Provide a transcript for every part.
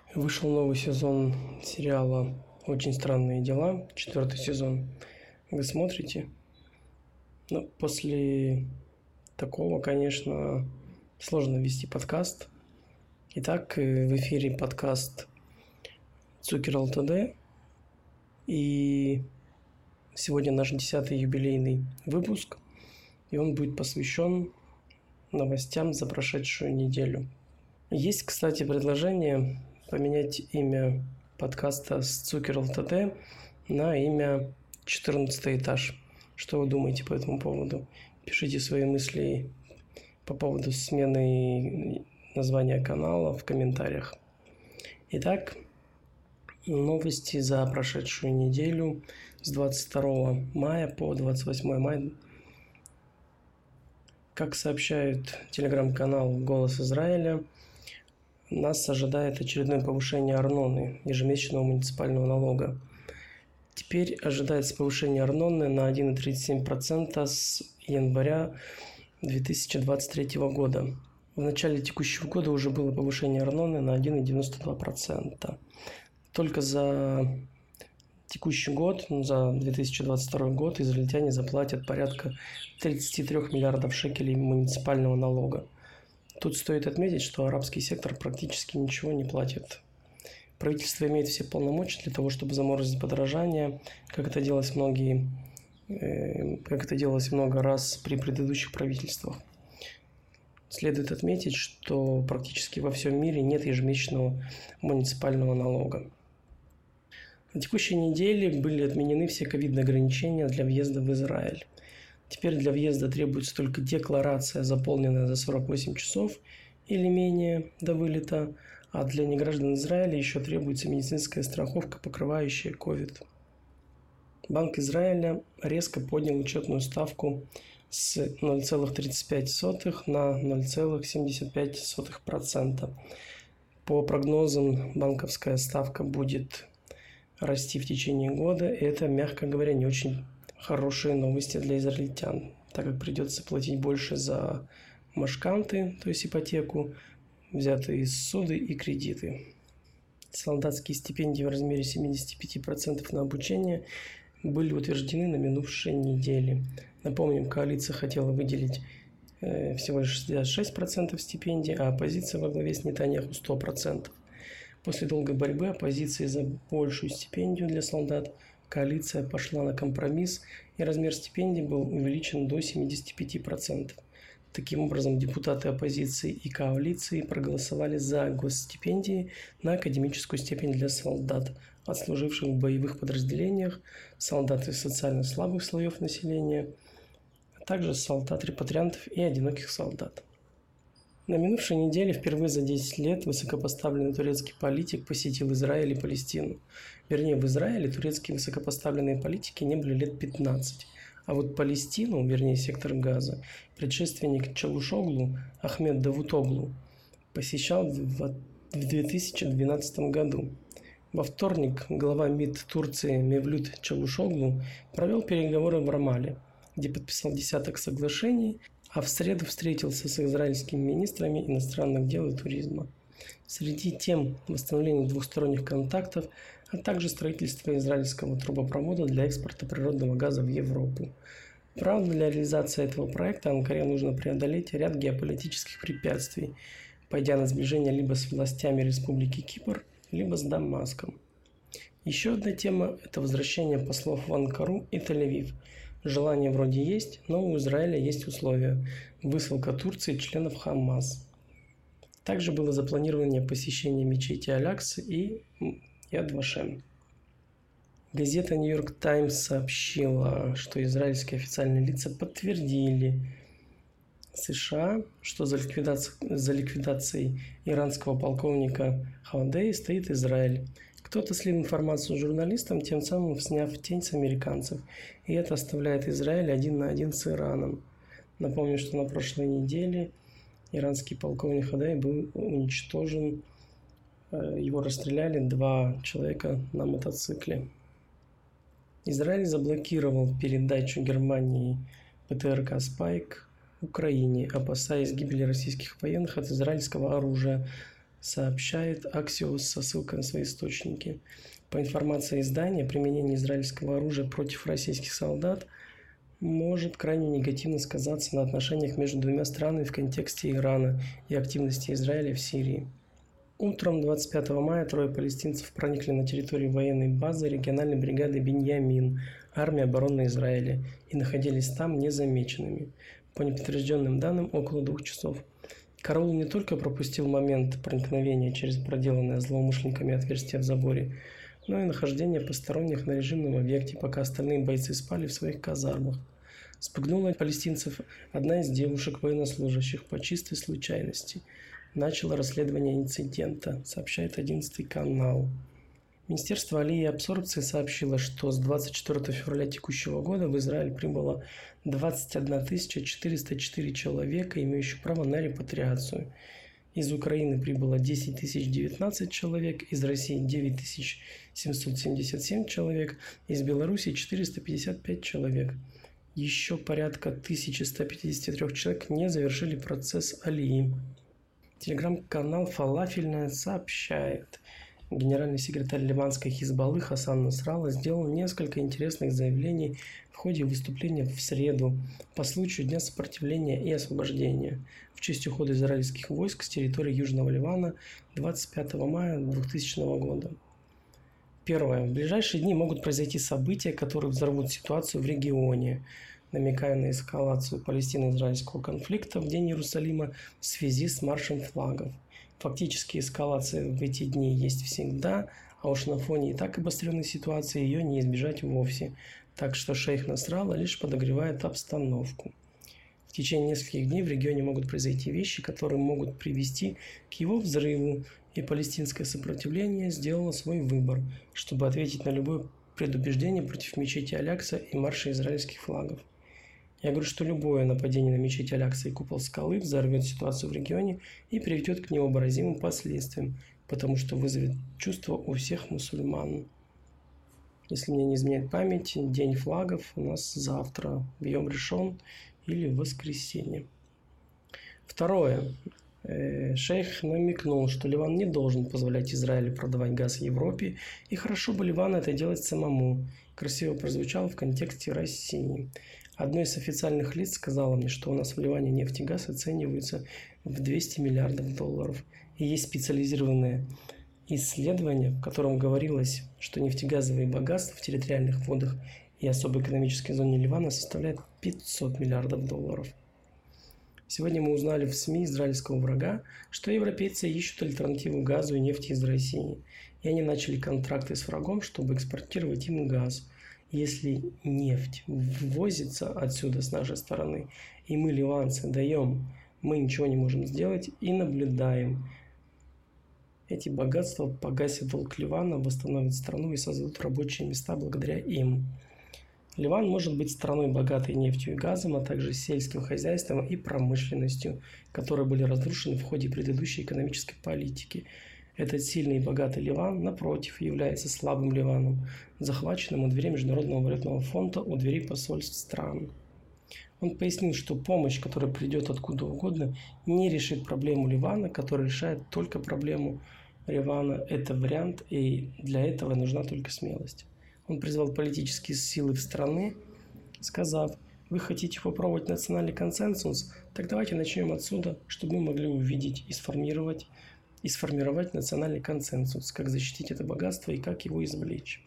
Вышел новый сезон сериала «Очень странные дела», 4-й сезон. Вы смотрите? После такого, конечно, сложно вести подкаст. Итак, в эфире подкаст Цукер ЛТД. И сегодня наш 10-й юбилейный выпуск. И он будет посвящен новостям за прошедшую неделю. Есть, кстати, предложение поменять имя подкаста с Цукер ЛТД на имя 14 этаж. Что вы думаете по этому поводу? Пишите свои мысли по поводу смены названия канала в комментариях. Итак, новости за прошедшую неделю с 22 мая по 28 мая. Как сообщает телеграм-канал «Голос Израиля», нас ожидает очередное повышение арноны, ежемесячного муниципального налога. Теперь ожидается повышение арноны на 1,37% с января 2023 года. В начале текущего года уже было повышение арноны на 1,92%. Только за текущий год, за 2022 год, израильтяне заплатят порядка 33 миллиардов шекелей муниципального налога. Тут стоит отметить, что арабский сектор практически ничего не платит. Правительство имеет все полномочия для того, чтобы заморозить подорожание, как это делалось много раз при предыдущих правительствах. Следует отметить, что практически во всем мире нет ежемесячного муниципального налога. На текущей неделе были отменены все ковидные ограничения для въезда в Израиль. Теперь для въезда требуется только декларация, заполненная за 48 часов или менее до вылета, а для неграждан Израиля еще требуется медицинская страховка, покрывающая COVID. Банк Израиля резко поднял учетную ставку с 0,35 на 0,75%. По прогнозам, банковская ставка будет расти в течение года, и это, мягко говоря, не очень хорошие новости для израильтян, так как придется платить больше за машканты, то есть ипотеку, взятые из суды и кредиты. Солдатские стипендии в размере 75% на обучение были утверждены на минувшей неделе. Напомним, коалиция хотела выделить всего лишь 66% стипендий, а оппозиция во главе с Нетаньяху 100%. После долгой борьбы оппозиции за большую стипендию для солдат коалиция пошла на компромисс, и размер стипендий был увеличен до 75%. Таким образом, депутаты оппозиции и коалиции проголосовали за госстипендии на академическую степень для солдат, отслуживших в боевых подразделениях, солдат из социально слабых слоев населения, а также солдат-репатриантов и одиноких солдат. На минувшей неделе впервые за 10 лет высокопоставленный турецкий политик посетил Израиль и Палестину. Вернее, в Израиле турецкие высокопоставленные политики не были лет 15. А вот Палестину, вернее сектор Газа, предшественник Чавушоглу Ахмед Давутоглу посещал в 2012 году. Во вторник глава МИД Турции Мевлют Чавушоглу провел переговоры в Рамале, где подписал десяток соглашений, а в среду встретился с израильскими министрами иностранных дел и туризма. Среди тем восстановление двухсторонних контактов, а также строительство израильского трубопровода для экспорта природного газа в Европу. Правда, для реализации этого проекта Анкаре нужно преодолеть ряд геополитических препятствий, пойдя на сближение либо с властями Республики Кипр, либо с Дамаском. Еще одна тема – это возвращение послов в Анкару и Тель-Авив. Желание вроде есть, но у Израиля есть условия – высылка Турции членов Хамас. Также было запланировано посещение мечети Аль-Аксы и Яд Вашем. Газета «Нью-Йорк Таймс» сообщила, что израильские официальные лица подтвердили США, что за ликвидацией иранского полковника Хавадеи стоит Израиль. Кто-то слил информацию журналистам, тем самым сняв тень с американцев, и это оставляет Израиль 1 на 1 с Ираном. Напомню, что на прошлой неделе иранский полковник Хавадеи был уничтожен, его расстреляли 2 человека на мотоцикле. Израиль заблокировал передачу Германии ПТРК «Спайк» Украине, опасаясь гибели российских военных от израильского оружия. сообщает Axios со ссылкой на свои источники. По информации издания, применение израильского оружия против российских солдат может крайне негативно сказаться на отношениях между двумя странами в контексте Ирана и активности Израиля в Сирии. Утром 25 мая трое палестинцев проникли на территорию военной базы региональной бригады «Биньямин» армии обороны Израиля и находились там незамеченными. По неподтвержденным данным, около 2 часов. Караул не только пропустил момент проникновения через проделанное злоумышленниками отверстие в заборе, но и нахождение посторонних на режимном объекте, пока остальные бойцы спали в своих казармах. Спугнула палестинцев одна из девушек военнослужащих по чистой случайности. Начало расследование инцидента, сообщает 11 канал. Министерство алии и абсорбции сообщило, что с 24 февраля текущего года в Израиль прибыло 21 404 человека, имеющих право на репатриацию. Из Украины прибыло 10 019 человек, из России 9 777 человек, из Беларуси 455 человек. Еще порядка 1153 человек не завершили процесс алии. Телеграм-канал «Фалафельная» сообщает. Генеральный секретарь ливанской Хизбаллы Хасан Насралла сделал несколько интересных заявлений в ходе выступления в среду по случаю Дня сопротивления и освобождения в честь ухода израильских войск с территории Южного Ливана 25 мая 2000 года. Первое. В ближайшие дни могут произойти события, которые взорвут ситуацию в регионе, намекая на эскалацию палестино-израильского конфликта в День Иерусалима в связи с маршем флагов. Фактически эскалация в эти дни есть всегда, а уж на фоне и так обостренной ситуации ее не избежать вовсе, так что шейх Насралла лишь подогревает обстановку. В течение нескольких дней в регионе могут произойти вещи, которые могут привести к его взрыву, и палестинское сопротивление сделало свой выбор, чтобы ответить на любое предубеждение против мечети Алякса и марша израильских флагов. Я говорю, что любое нападение на мечеть Алякса и купол скалы взорвет ситуацию в регионе и приведет к невообразимым последствиям, потому что вызовет чувство у всех мусульман. Если мне не изменяет память, День флагов у нас завтра, в Йом Ришон или в воскресенье. Второе. Шейх намекнул, что Ливан не должен позволять Израилю продавать газ Европе, и хорошо бы Ливану это делать самому. Красиво прозвучало в контексте России. Одно из официальных лиц сказало мне, что у нас в Ливане нефть и газ оцениваются в 200 миллиардов долларов. И есть специализированное исследование, в котором говорилось, что нефтегазовые богатства в территориальных водах и особой экономической зоне Ливана составляют 500 миллиардов долларов. Сегодня мы узнали в СМИ израильского врага, что европейцы ищут альтернативу газу и нефти из России. И они начали контракты с врагом, чтобы экспортировать им газ. Если нефть ввозится отсюда с нашей стороны, и мы, ливанцы, даем, мы ничего не можем сделать и наблюдаем. Эти богатства погасят долг Ливана, восстановят страну и создадут рабочие места благодаря им. Ливан может быть страной, богатой нефтью и газом, а также сельским хозяйством и промышленностью, которые были разрушены в ходе предыдущей экономической политики. Этот сильный и богатый Ливан, напротив, является слабым Ливаном, захваченным у дверей Международного валютного фонда, у дверей посольств стран. Он пояснил, что помощь, которая придет откуда угодно, не решит проблему Ливана, которая решает только проблему Ливана. Это вариант, и для этого нужна только смелость. Он призвал политические силы в стране, сказав: «Вы хотите попробовать национальный консенсус? Так давайте начнем отсюда, чтобы мы могли увидеть и сформировать национальный консенсус, как защитить это богатство и как его извлечь».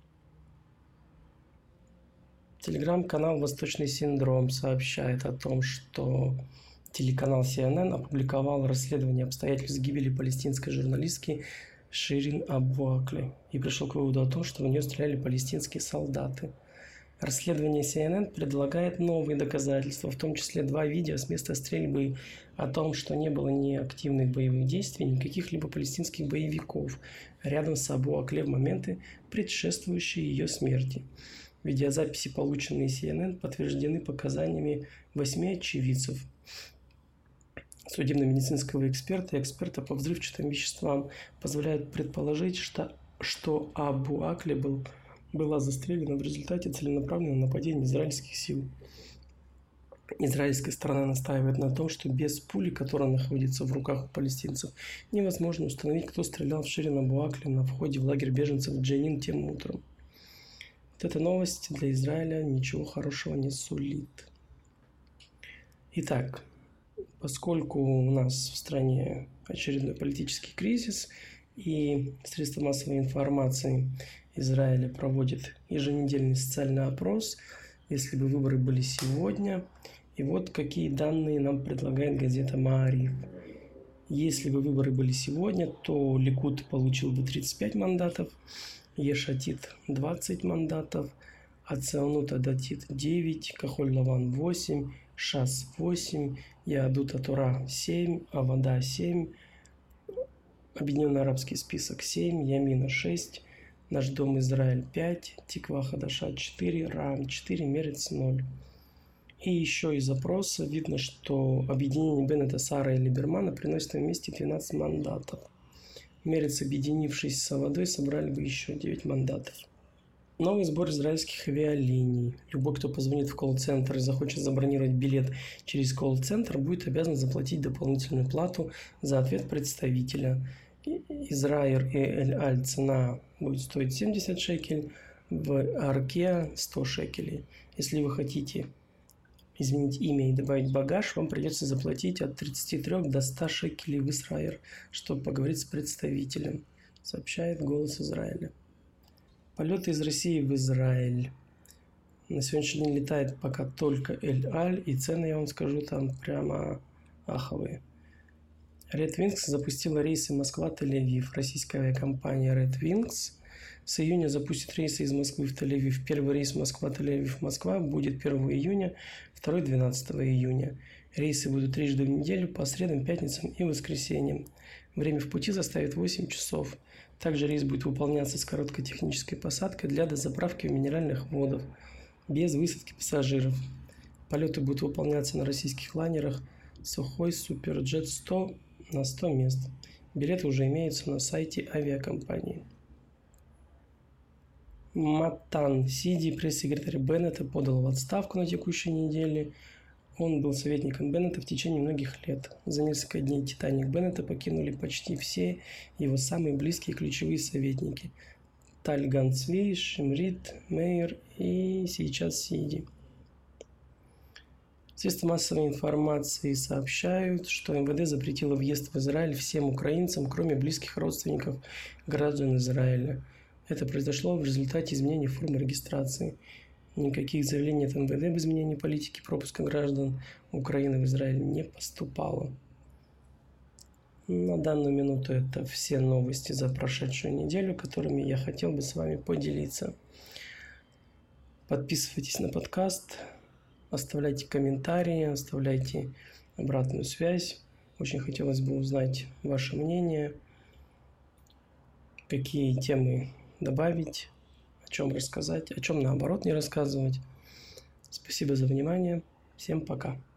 Телеграм-канал «Восточный синдром» сообщает о том, что телеканал CNN опубликовал расследование обстоятельств гибели палестинской журналистки Ширин Абу Акле и пришел к выводу о том, что в нее стреляли палестинские солдаты. Расследование CNN предлагает новые доказательства, в том числе 2 видео с места стрельбы, о том, что не было ни активных боевых действий, ни каких-либо палестинских боевиков рядом с Абу Акле в моменты, предшествующие ее смерти. Видеозаписи, полученные CNN, подтверждены показаниями 8 очевидцев, судебно-медицинского эксперта и эксперта по взрывчатым веществам, позволяют предположить, что Абу Акле была застрелена в результате целенаправленного нападения израильских сил. Израильская сторона настаивает на том, что без пули, которая находится в руках у палестинцев, невозможно установить, кто стрелял в Ширин Абу Акле на входе в лагерь беженцев в Дженин тем утром. Вот эта новость для Израиля ничего хорошего не сулит. Итак, поскольку у нас в стране очередной политический кризис, и средства массовой информации Израиля проводят еженедельный социальный опрос, если бы выборы были сегодня, и вот какие данные нам предлагает газета Маариф. Если бы выборы были сегодня, то Ликуд получил бы 35 мандатов, Еш Атид 20 мандатов, Ационут Адатит 9, Кахоль Лаван 8, Шас 8, Яадут ха-Тора 7, Авада 7, Объединенный арабский список 7, Ямина 6, Наш дом Израиль 5, Тиква Хадаша 4, Раам 4, Мерец 0. И еще из опроса видно, что объединение Беннета, Сара и Либермана приносит им вместе 12 мандатов. Мерец, объединившись с Авадой, собрали бы еще 9 мандатов. Новый сбор израильских авиалиний. Любой, кто позвонит в колл-центр и захочет забронировать билет через колл-центр, будет обязан заплатить дополнительную плату за ответ представителя. Израир и Эль-Аль цена будет стоить 70 шекелей, в Арке 100 шекелей. Если вы хотите изменить имя и добавить багаж, вам придется заплатить от 33 до 100 шекелей в Израиль, чтобы поговорить с представителем, сообщает «Голос Израиля». Полеты из России в Израиль. На сегодняшний день летает пока только Эль-Аль, и цены, я вам скажу, там прямо аховые. Red Wings запустила рейсы Москва-Тель-Авив. Российская авиакомпания Red Wings с июня запустит рейсы из Москвы в Тель-Авив. Первый рейс Москва-Тель-Авив-Москва будет 1 июня, второй 12 июня. Рейсы будут трижды в неделю по средам, пятницам и воскресеньям. Время в пути составит 8 часов. Также рейс будет выполняться с короткой технической посадкой для дозаправки в минеральных водах, без высадки пассажиров. Полеты будут выполняться на российских лайнерах Сухой Суперджет 100 на 100 мест. Билеты уже имеются на сайте авиакомпании. Матан Сиди, пресс-секретарь Беннета, подал в отставку на текущей неделе. Он был советником Беннета в течение многих лет. За несколько дней «Титаник» Беннета покинули почти все его самые близкие и ключевые советники. Таль Ган Цви, Шимрит, Мейер и сейчас Сиди. Средства массовой информации сообщают, что МВД запретило въезд в Израиль всем украинцам, кроме близких родственников граждан Израиля. Это произошло в результате изменения формы регистрации. Никаких заявлений от МВД об изменении политики пропуска граждан Украины в Израиль не поступало. На данную минуту это все новости за прошедшую неделю, которыми я хотел бы с вами поделиться. Подписывайтесь на подкаст, оставляйте комментарии, оставляйте обратную связь. Очень хотелось бы узнать ваше мнение, какие темы добавить, о чем рассказать, о чем наоборот не рассказывать. Спасибо за внимание. Всем пока.